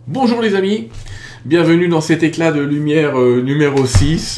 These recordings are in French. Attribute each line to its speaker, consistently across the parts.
Speaker 1: Bonjour les amis, bienvenue dans cet éclat de lumière numéro 6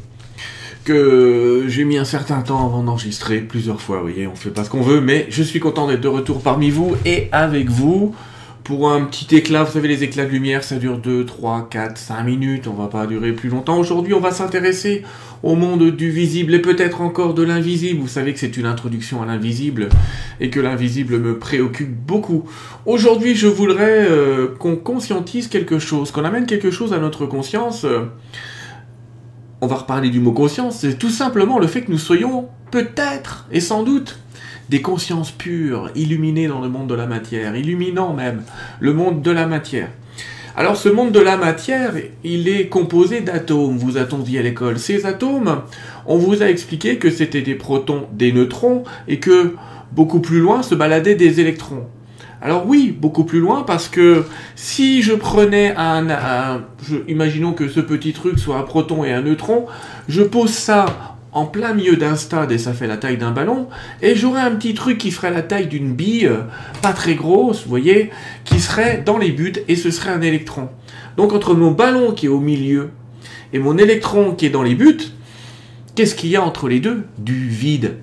Speaker 1: que j'ai mis un certain temps avant d'enregistrer, plusieurs fois, vous voyez, on fait pas ce qu'on veut, mais je suis content d'être de retour parmi vous et avec vous pour un petit éclat. Vous savez, les éclats de lumière, ça dure 2, 3, 4, 5 minutes, on va pas durer plus longtemps. Aujourd'hui, on va s'intéresser au monde du visible et peut-être encore de l'invisible. Vous savez que c'est une introduction à l'invisible et que l'invisible me préoccupe beaucoup. Aujourd'hui, je voudrais qu'on conscientise quelque chose, qu'on amène quelque chose à notre conscience. On va reparler du mot conscience, c'est tout simplement le fait que nous soyons peut-être et sans doute des consciences pures, illuminées dans le monde de la matière, illuminant même le monde de la matière. Alors ce monde de la matière, il est composé d'atomes, vous a-t-on dit à l'école. Ces atomes, on vous a expliqué que c'était des protons, des neutrons, et que beaucoup plus loin se baladaient des électrons. Alors oui, beaucoup plus loin, parce que si je prenais imaginons que ce petit truc soit un proton et un neutron, je pose ça en plein milieu d'un stade, et ça fait la taille d'un ballon, et j'aurais un petit truc qui ferait la taille d'une bille, pas très grosse, vous voyez, qui serait dans les buts, et ce serait un électron. Donc entre mon ballon qui est au milieu, et mon électron qui est dans les buts, qu'est-ce qu'il y a entre les deux? Du vide.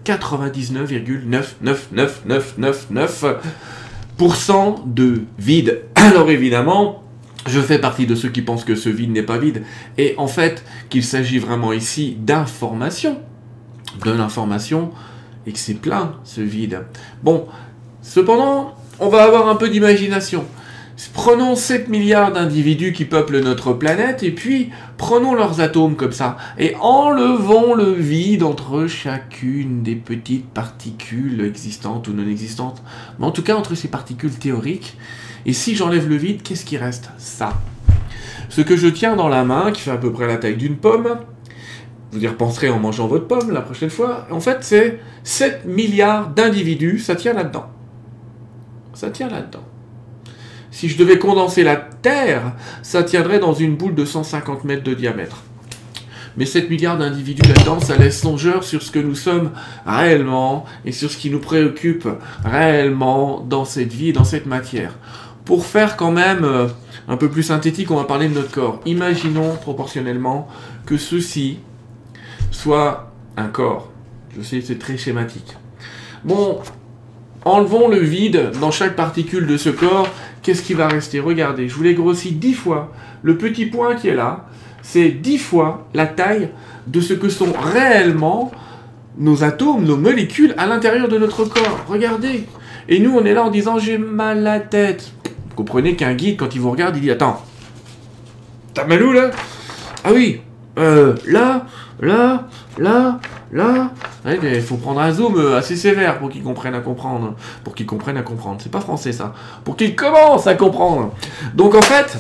Speaker 1: 99,99999% de vide. Alors évidemment, je fais partie de ceux qui pensent que ce vide n'est pas vide, et en fait, qu'il s'agit vraiment ici d'information, de l'information, et que c'est plein, ce vide. Bon, cependant, on va avoir un peu d'imagination. Prenons 7 milliards d'individus qui peuplent notre planète, et puis prenons leurs atomes comme ça, et enlevons le vide entre chacune des petites particules existantes ou non existantes, mais en tout cas entre ces particules théoriques. Et si j'enlève le vide, qu'est-ce qui reste? Ça. Ce que je tiens dans la main, qui fait à peu près la taille d'une pomme, vous y repenserez en mangeant votre pomme la prochaine fois, en fait c'est 7 milliards d'individus, ça tient là-dedans. Ça tient là-dedans. Si je devais condenser la Terre, ça tiendrait dans une boule de 150 mètres de diamètre. Mais 7 milliards d'individus là-dedans, ça laisse songeur sur ce que nous sommes réellement et sur ce qui nous préoccupe réellement dans cette vie et dans cette matière. Pour faire quand même un peu plus synthétique, on va parler de notre corps. Imaginons proportionnellement que ceci soit un corps. Je sais, c'est très schématique. Bon, enlevons le vide dans chaque particule de ce corps. Qu'est-ce qui va rester? Regardez, je vous l'ai grossi 10 fois. Le petit point qui est là, c'est 10 fois la taille de ce que sont réellement nos atomes, nos molécules à l'intérieur de notre corps. Regardez. Et nous, on est là en disant « j'ai mal à la tête ». Vous comprenez qu'un guide, quand il vous regarde, il dit « attends, t'as mal où là? Ah oui, là, là, là, là ». Il faut prendre un zoom assez sévère pour qu'ils comprennent à comprendre. Pour qu'ils comprennent à comprendre. C'est pas français ça. Pour qu'ils commencent à comprendre. Donc en fait,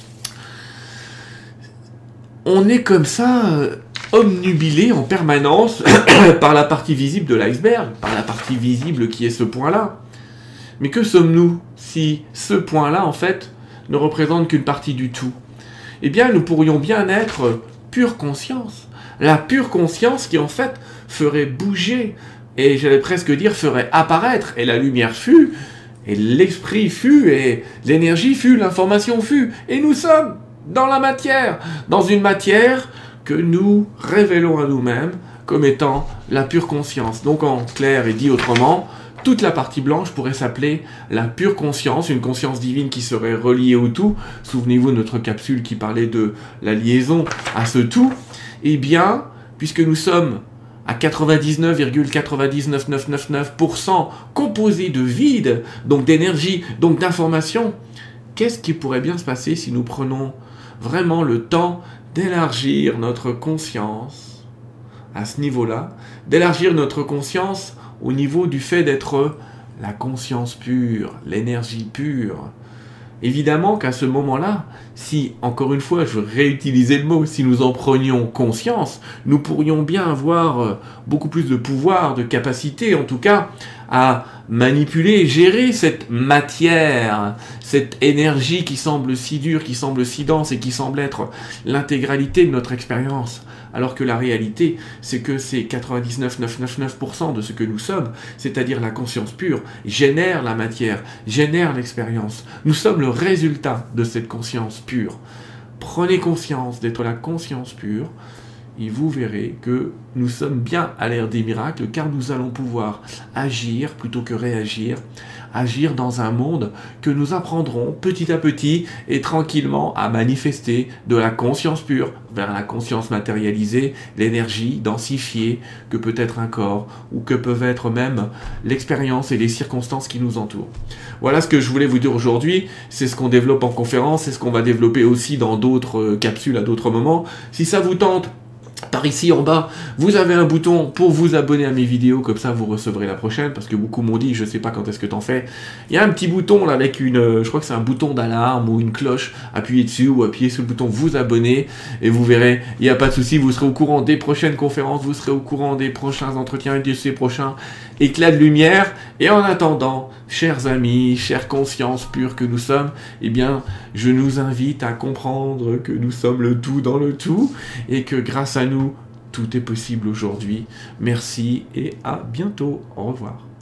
Speaker 1: on est comme ça, omnubilé en permanence par la partie visible de l'iceberg, par la partie visible qui est ce point-là. Mais que sommes-nous si ce point-là, en fait, ne représente qu'une partie du tout? Eh bien, nous pourrions bien être pure conscience. La pure conscience qui, en fait, ferait bouger, et j'allais presque dire ferait apparaître, et la lumière fut, et l'esprit fut, et l'énergie fut, l'information fut, et nous sommes dans la matière, dans une matière que nous révélons à nous-mêmes comme étant la pure conscience. Donc en clair et dit autrement, toute la partie blanche pourrait s'appeler la pure conscience, une conscience divine qui serait reliée au tout. Souvenez-vous de notre capsule qui parlait de la liaison à ce tout. Eh bien, puisque nous sommes à 99,99999% composés de vide, donc d'énergie, donc d'information, qu'est-ce qui pourrait bien se passer si nous prenons vraiment le temps d'élargir notre conscience à ce niveau-là, d'élargir notre conscience au niveau du fait d'être la conscience pure, l'énergie pure. Évidemment qu'à ce moment-là, si, encore une fois, je réutilisais le mot, si nous en prenions conscience, nous pourrions bien avoir beaucoup plus de pouvoir, de capacité, en tout cas, à manipuler, gérer cette matière, cette énergie qui semble si dure, qui semble si dense et qui semble être l'intégralité de notre expérience. Alors que la réalité, c'est que c'est 99,999% de ce que nous sommes, c'est-à-dire la conscience pure, génère la matière, génère l'expérience. Nous sommes le résultat de cette conscience pure. Prenez conscience d'être la conscience pure, et vous verrez que nous sommes bien à l'ère des miracles, car nous allons pouvoir agir plutôt que réagir, agir dans un monde que nous apprendrons petit à petit et tranquillement à manifester de la conscience pure vers la conscience matérialisée, l'énergie densifiée que peut être un corps ou que peuvent être même l'expérience et les circonstances qui nous entourent. Voilà ce que je voulais vous dire aujourd'hui, c'est ce qu'on développe en conférence, c'est ce qu'on va développer aussi dans d'autres capsules à d'autres moments. Si ça vous tente, par ici en bas, vous avez un bouton pour vous abonner à mes vidéos, comme ça vous recevrez la prochaine, parce que beaucoup m'ont dit, je sais pas quand est-ce que t'en fais. Il y a un petit bouton là avec je crois que c'est un bouton d'alarme ou une cloche, appuyez dessus ou appuyez sur le bouton vous abonner, et vous verrez, il n'y a pas de souci, vous serez au courant des prochaines conférences, vous serez au courant des prochains entretiens et de ces prochains éclats de lumière. Et en attendant, chers amis, chères consciences pures que nous sommes, eh bien, je nous invite à comprendre que nous sommes le tout dans le tout, et que grâce à nous, tout est possible aujourd'hui. Merci et à bientôt. Au revoir.